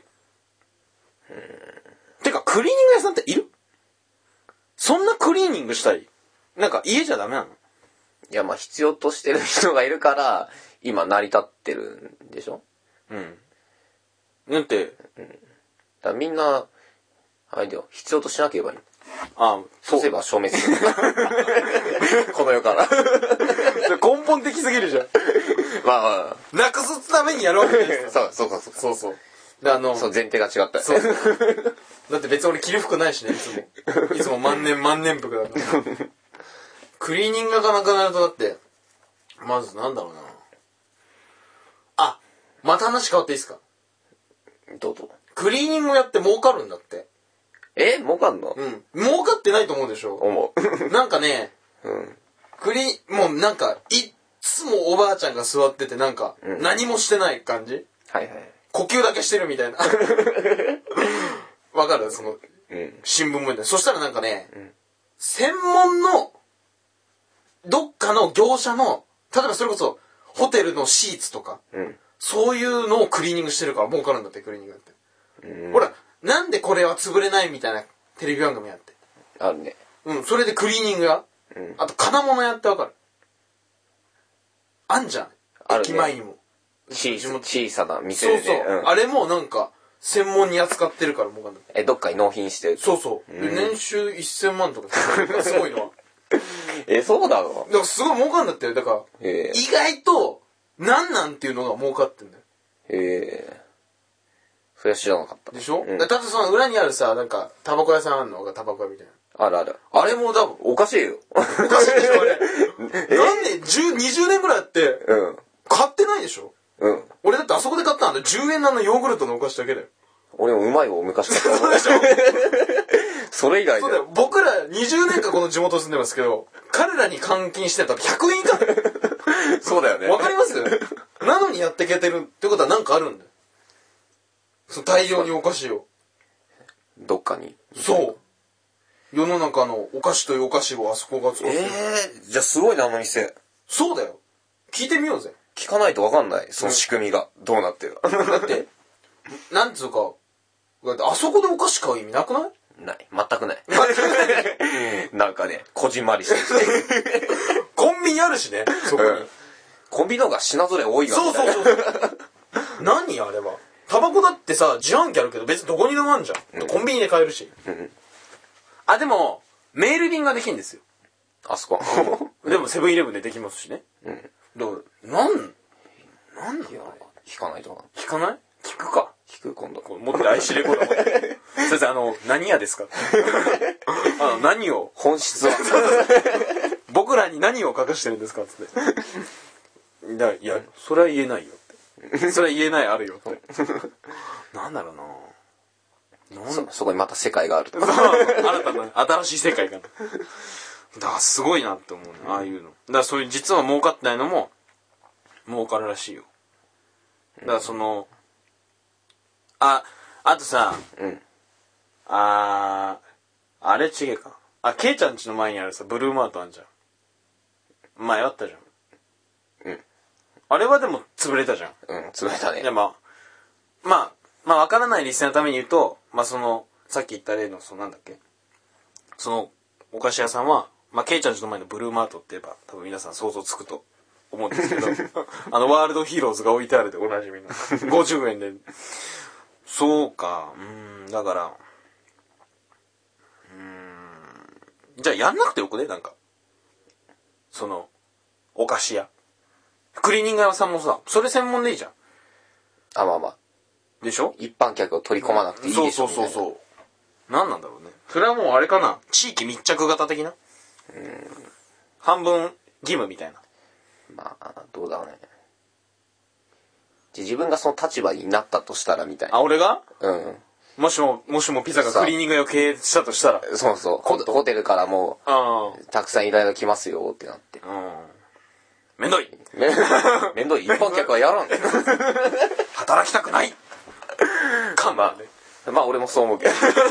うん。てか、クリーニング屋さんっている？そんなクリーニングしたい？なんか家じゃダメなの？ いや、まあ必要としてる人がいるから、今成り立ってるんでしょ？ うん。なんて、うん。 だからみんな、あれだよ、必要としなければいい。 ああ、 そうすれば消滅する。この世から。 根本的すぎるじゃん。 まあまあ。なくすためにやるわけですそう、そうそうそう。 そうそう。で、あの、 そう、前提が違ったよ。 そう。だって別に俺着る服ないしね、いつも。いつも万年万年服だから。クリーニングがなくなるとだって、まずなんだろうな。あ、また話変わっていいですか？ どうぞ。 クリーニングやって儲かるんだって。 え儲かんの？ うん。儲かってないと思うでしょ？ 思う。なんかね、うん。クリ、もうなんか、いっつもおばあちゃんが座っててなんか、うん、何もしてない感じ？ はいはい。 呼吸だけしてるみたいな。わかる？その、うん、新聞もみたいな。そしたらなんかね、うん、専門の、どっかの業者の、例えばそれこそ、ホテルのシーツとか、うん、そういうのをクリーニングしてるから儲かるんだって、クリーニングって。うん、ほら、なんでこれは潰れないみたいなテレビ番組やって。 あるね。 うん、それでクリーニングや。うん、あと、金物やってわかる？あんじゃん。あるね。駅前にも。 小さな店で、ね。 そうそう、うん。あれもなんか、 専門に扱ってるから儲かんだって。 え、どっかに納品してる。 そうそう。で年収せんまんとかすごいのは。 え、そうだろだからすごい儲かんだってよ。だから、 えー、 意外と、なんなんっていうのが儲かってんだよ。 へえ。それは知らなかった。 でしょ、 うん、 だってその裏にあるさ、なんか、タバコ屋さんあるのがタバコ屋みたいな。 あるある。 あれも多分、 おかしいよ。 おかしいでしょ、あれ。なんで、じゅう、にじゅうねんぐらいやって、 うん。 買ってないでしょうん。 俺だってあそこで買ったのじゅうえんのあのヨーグルトのお菓子だけだよ。 俺もうまいよ、昔から。 そうでしょそれ以外そうだよ。僕らにじゅうねんかんこの地元住んでますけど、彼らに換金してたらひゃくえん以下だよ。 そうだよね。 わかりますなのにやってけてるってことはなんかあるんだよ。そう大量にお菓子を。 どっかに。 そう。世の中のお菓子というお菓子をあそこが作ってる。 ええー、じゃあすごいな、あの店。 そうだよ。聞いてみようぜ。 聞かないとわかんない。その仕組みが。どうなってるか。 だって、なんつうか、だってあそこでお菓子買う意味なくない？ ない。全くない。なんかね、こじんまりしてる。 コンビニあるしね、そこに。うん、 コンビニの方が品揃え多いが。 そうそうそう。何あれは。タバコだってさ、自販機あるけど別にどこにでもあるじゃん。うん、コンビニで買えるし。うん、あ、でも、メール便ができるんですよ。 あそこ。 でもセブンイレブンでできますしね。うん。だから、なん、なんだよ。 聞かないとな。 聞かない？聞くか。 聞く今度。 持ってるアイシレコーダー。先生、あの、何屋ですかあの、何を本質は。 僕らに何を隠してるんですかつって。だいや、それは言えないよって。それは言えないあるよって。なんだろうななんそ、そこにまた世界がある。 新たな、新しい世界が。だからすごいなって思うね、ああいうの。だからそういう実は儲かってないのも、儲かるらしいよ。だからその、あ、あとさ、うん。あー、あれちげえか。あ、ケイちゃん家の前にあるさ、ブルーマートあんじゃん。前あったじゃん。うん。あれはでも潰れたじゃん。 うん、潰れたね。 で、まあ、まあ、まあわからないリスナーのために言うと、まあその、さっき言った例の、そのなんだっけその、お菓子屋さんは、まあケイちゃん家の前のブルーマートって言えば、多分皆さん想像つくと思うんですけど、あの、ワールドヒーローズが置いてあるでおなじみの。ごじゅうえんで。そうか、うーん、だから、うーん、じゃあやんなくてよくねなんか。その、お菓子屋。クリーニング屋さんもさ、それ専門でいいじゃん。 あ、まあまあ。 でしょ？ 一般客を取り込まなくていいでしょ、 そうそうそうそう。何なんだろうね。それはもうあれかな。地域密着型的な？うん。半分義務みたいな。 まあ、どうだろうね。自分がその立場になったとしたらみたいな。 あ、俺が？ うん。 もしも、もしもピザがクリーニング屋を経営したとしたら。 そうそう。ホ, ホテルからもう、たくさん依頼が来ますよってなって。うん。 めんどいめ, めんどい。一般客はやらん。 働きたくないかんまあ、まあ俺もそう思うけど。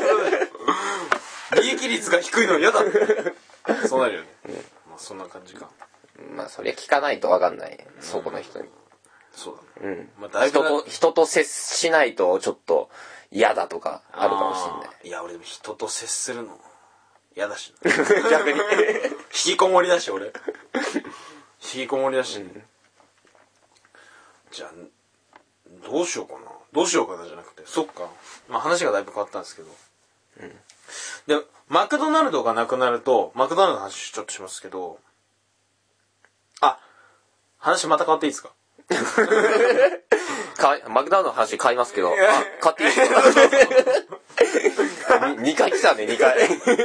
利益率が低いの嫌だ。そうなるよね。うん、まあそんな感じか。 まあそれ聞かないとわかんない。うん、そこの人に。 そうだね。 うん。まあだいぶ人と、人と接しないとちょっと嫌だとかあるかもしれない。 いや俺でも人と接するの嫌だし。逆に。引きこもりだし俺。引きこもりだし。うん、じゃあ、どうしようかな。どうしようかなじゃなくて。そっか。まあ話がだいぶ変わったんですけど。うん。で、マクドナルドがなくなると、マクドナルドの話ちょっとしますけど、あ、話また変わっていいですか？ かマクドナルドの話買いますけど、あ、買っていいですか？にかい来たね、にかい。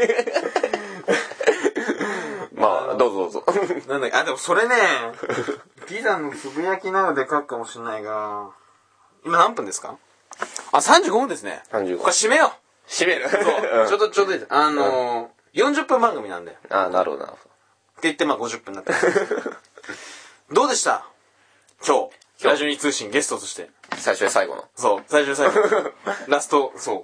まあ、どうぞどうぞ。 なんだっけ、あ、でもそれね、ピザのつぶやきなので書くかもしれないが、今何分ですか？あ、さんじゅうごふんですね。 さんじゅうご。 これ締めよう。締める。 そう。うん、ちょっとちょうどいいです。あのー、うん、よんじゅっぷん番組なんで。 ああ、なるほどなるほど。 って言ってまあごじゅっぷんになってます。どうでした今日、ラジオに通信ゲストとして。 最初で最後の。 そう、最初で最後の。ラスト、そう。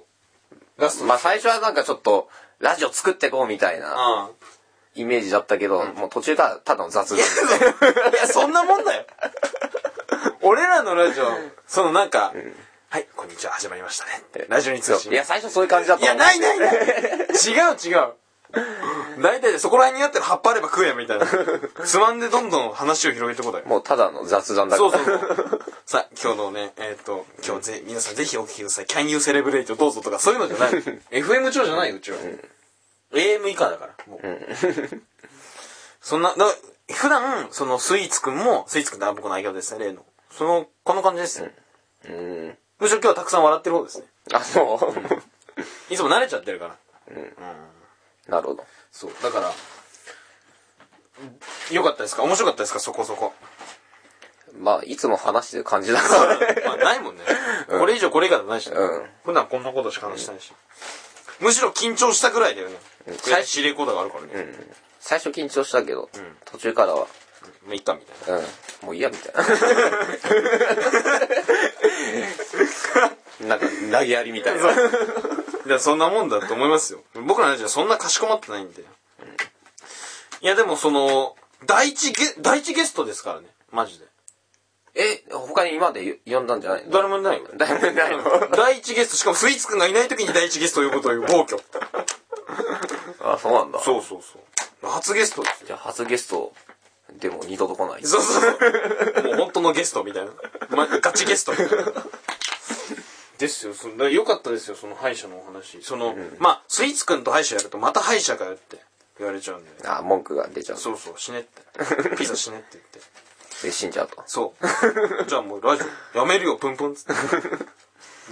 ラスト。まあ最初はなんかちょっと、ラジオ作ってこうみたいな。イメージだったけど、うん、もう途中からただの雑談。 いや、そんなもんだよ。俺らのラジオ、そのなんか、うん、はい、こんにちは、始まりましたね。ラジオに通信。 いや、最初そういう感じだった。 いや、ないないない。違う違う。 大体でそこら辺にあったら葉っぱあれば食えみたいな。つまんでどんどん話を広げてこうだよ。 もうただの雑談だから。 そうそうそう。さあ、今日のね、えっ、ー、と、今日ぜ、皆さんぜひお聞きください。Can you celebrate どうぞとかそういうのじゃない。エフエム 超じゃないよ、うちは。うん、エーエム 以下だから。もう。うん、そんな、だ普段、そのスイーツくんも、スイーツくんって僕の相方ですね、例の。その、この感じですよ。うん。うん、むしろ今日はたくさん笑ってる方ですね。 あ、そう。 いつも慣れちゃってるから。うん。うん、 なるほど。 そう。だから、よかったですか？面白かったですか？そこそこ。 まあ、いつも話してる感じだからね。 まあ、ないもんね。うん、これ以上これ以下でもないし、ね、うん、普段こんなことしか話してないし。うん、むしろ緊張したぐらいだよね。最初、指令コーダーがあるからね。うん、 最初緊張したけど、うん、途中からは。まあ、いっか、みたいな。 うん。もういいや、みたいな。なんか、投げやりみたいな。 いや、そんなもんだと思いますよ。僕らの話はそんなかしこまってないんで。うん、いや、でもその、第一ゲ、第一ゲストですからね。マジで。 え、他に今まで呼んだんじゃないの？ 誰もいないよ。 誰もいないの？ 第一ゲスト、しかもスイーツくんがいない時に第一ゲストを呼ぶという暴挙。 あ、そうなんだ。 そうそうそう。初ゲストです。 じゃあ初ゲスト、でも二度と来ない。 そうそうそう。もう本当のゲストみたいな。ま、ガチゲストみたいな。ですよ。そのよかったですよ、その歯医者のお話。その、うん、まあ、スイーツくんと歯医者やるとまた歯医者かよって言われちゃうんで。 あ、文句が出ちゃう。 そうそう、死ねって。ピザ死ねって言って。 で、死んじゃうと。 そう。じゃあもうラジオやめるよ、プンプンつって。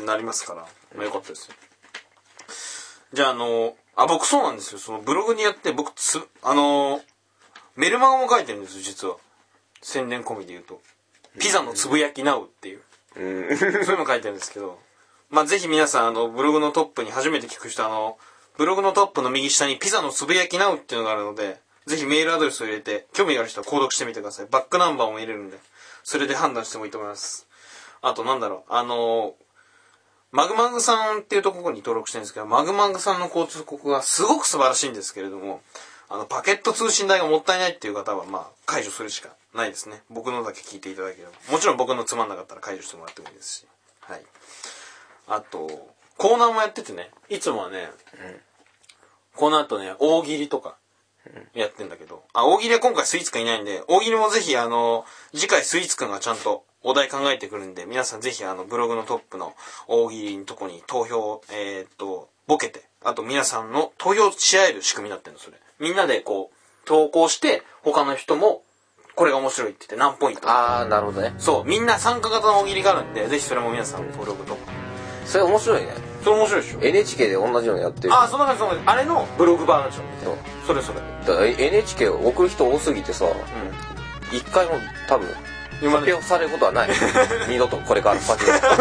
なりますから。まあよかったですよ。じゃああの、あ、僕そうなんですよ。そのブログにやって、僕つ、あの、メルマガも書いてるんですよ、実は。宣伝込みで言うと。ピザのつぶやきなうっていう。うん、そういうの書いてるんですけど。まあぜひ皆さん、あの、ブログのトップに初めて聞く人、あの、ブログのトップの右下にピザのつぶやきなうっていうのがあるので、ぜひメールアドレスを入れて、興味がある人は購読してみてください。バックナンバーも入れるんで、それで判断してもいいと思います。あとなんだろう、あの、マグマグさんっていうところに登録してるんですけど、マグマグさんの交通告がすごく素晴らしいんですけれども、あの、パケット通信代がもったいないっていう方は、まあ、解除するしかないですね。僕のだけ聞いていただければ。もちろん僕のつまんなかったら解除してもらってもいいですし。はい。あと、コーナーもやっててね、いつもはね、うん、この後ね、大喜利とか、やってんだけど、あ、大喜利は今回スイーツくんいないんで、大喜利もぜひあの、次回スイーツくんがちゃんとお題考えてくるんで、皆さんぜひあの、ブログのトップの大喜利のとこに投票、えー、っと、ボケて、あと皆さんの投票し合える仕組みになってるの、それ。みんなでこう、投稿して、他の人も、これが面白いって言って何ポイント。 あー、なるほどね。 そう、みんな参加型の大喜利があるんで、ぜひそれも皆さん登録と。 それ面白いね。 それ面白いでしょ。 エヌエイチケー で同じようにやってる。 ああ、そんな感じ、そんな感じ。あれのブログバージョンみたいな。それそれ。 だから エヌエイチケー 送る人多すぎてさ、一、うん、回も多分発表されることはない。二度とこれから先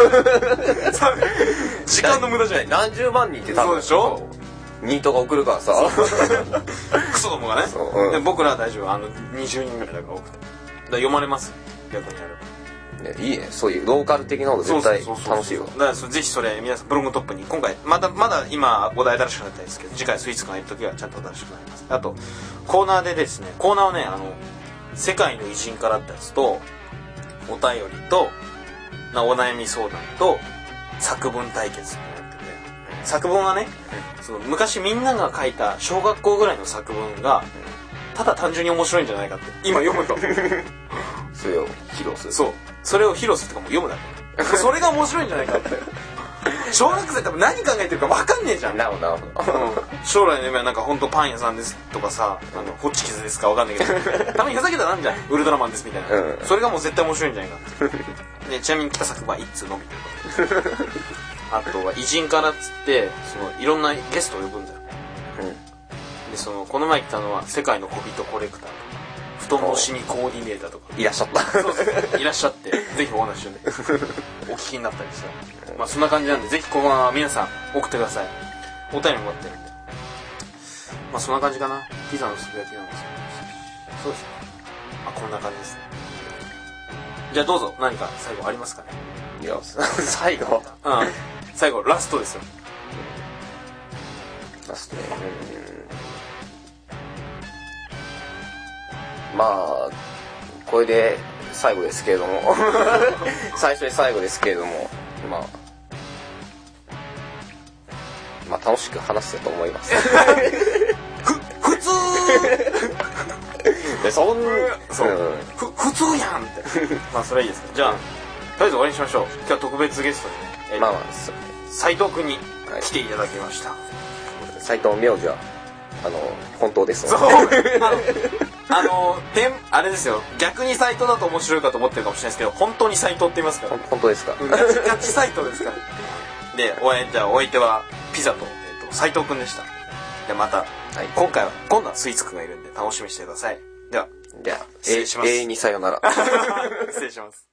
時間の無駄じゃない。 何十万人って多分。 そうでしょ。 ニートが送るからさ。 クソどもがね。うん、で僕らは大丈夫。あのにじゅうにんぐらいだから多くて。だから読まれます。逆にやれば。 ね、いいね、そういうローカル的なの絶対楽しいわ。 だからぜひそれ皆さんブログトップに今回まだまだ今お題新しくなったんですけど、次回スイーツがいる時はちゃんと新しくなります。あとコーナーでですね、コーナーはね、あの世界の偉人からあったやつとお便りとなお悩み相談と作文対決ってなってて、作文はね、その昔みんなが書いた小学校ぐらいの作文がただ単純に面白いんじゃないかって今読むとそれを披露する。 そう、それを披露するとかも読むだけそれが面白いんじゃないかって小学生多分何考えてるか分かんねえじゃん。 なるほどなるほど、うん、 将来の夢はなんか本当パン屋さんですとかさ、あのホッチキスですか分かんないけどたまにふざけたらなんじゃんウルトラマンですみたいな、うん、それがもう絶対面白いんじゃないかってでちなみに来た作文はいっつのみということであとは偉人からっつってそのいろんなゲストを呼ぶんだよ、うん、でそのこの前来たのは世界の小人コレクターとか布団のシミコーディネーターとかいらっしゃったそうそういらっしゃってぜひお話をねお聞きになったりしたら、まあそんな感じなんでぜひここは皆さん送ってください。お便りも待ってるんで、まあそんな感じかな。ピザのすき焼きなんですけど、そうですね、まあこんな感じですね。じゃあどうぞ何か最後ありますかね。 いや最後うん最後ラストですよ。 ラストね、うん、まあこれで最後ですけれども最初で最後ですけれども、まあまあ楽しく話せたと思いますふでそんそう、 うん、 ふ普通やんってまあそれはいいですか。じゃあ、うん、とりあえず終わりにしましょう。今日は特別ゲストにね、えー、まあまあ斉藤君に来ていただきました。はい、 斉藤名字はあの本当です。 そうあのあのてんあれですよ、逆に斉藤だと面白いかと思ってるかもしれないですけど、本当に斉藤って言いますから。 本当ですか。 ガチガチ斉藤ですからで、お相手はお相手はピザと、えー、と斉藤君でした。でまた、はい、今回は今度はスイーツ君がいるんで楽しみにしてください。ではじゃあ失礼します。 永遠にさよなら。 失礼します。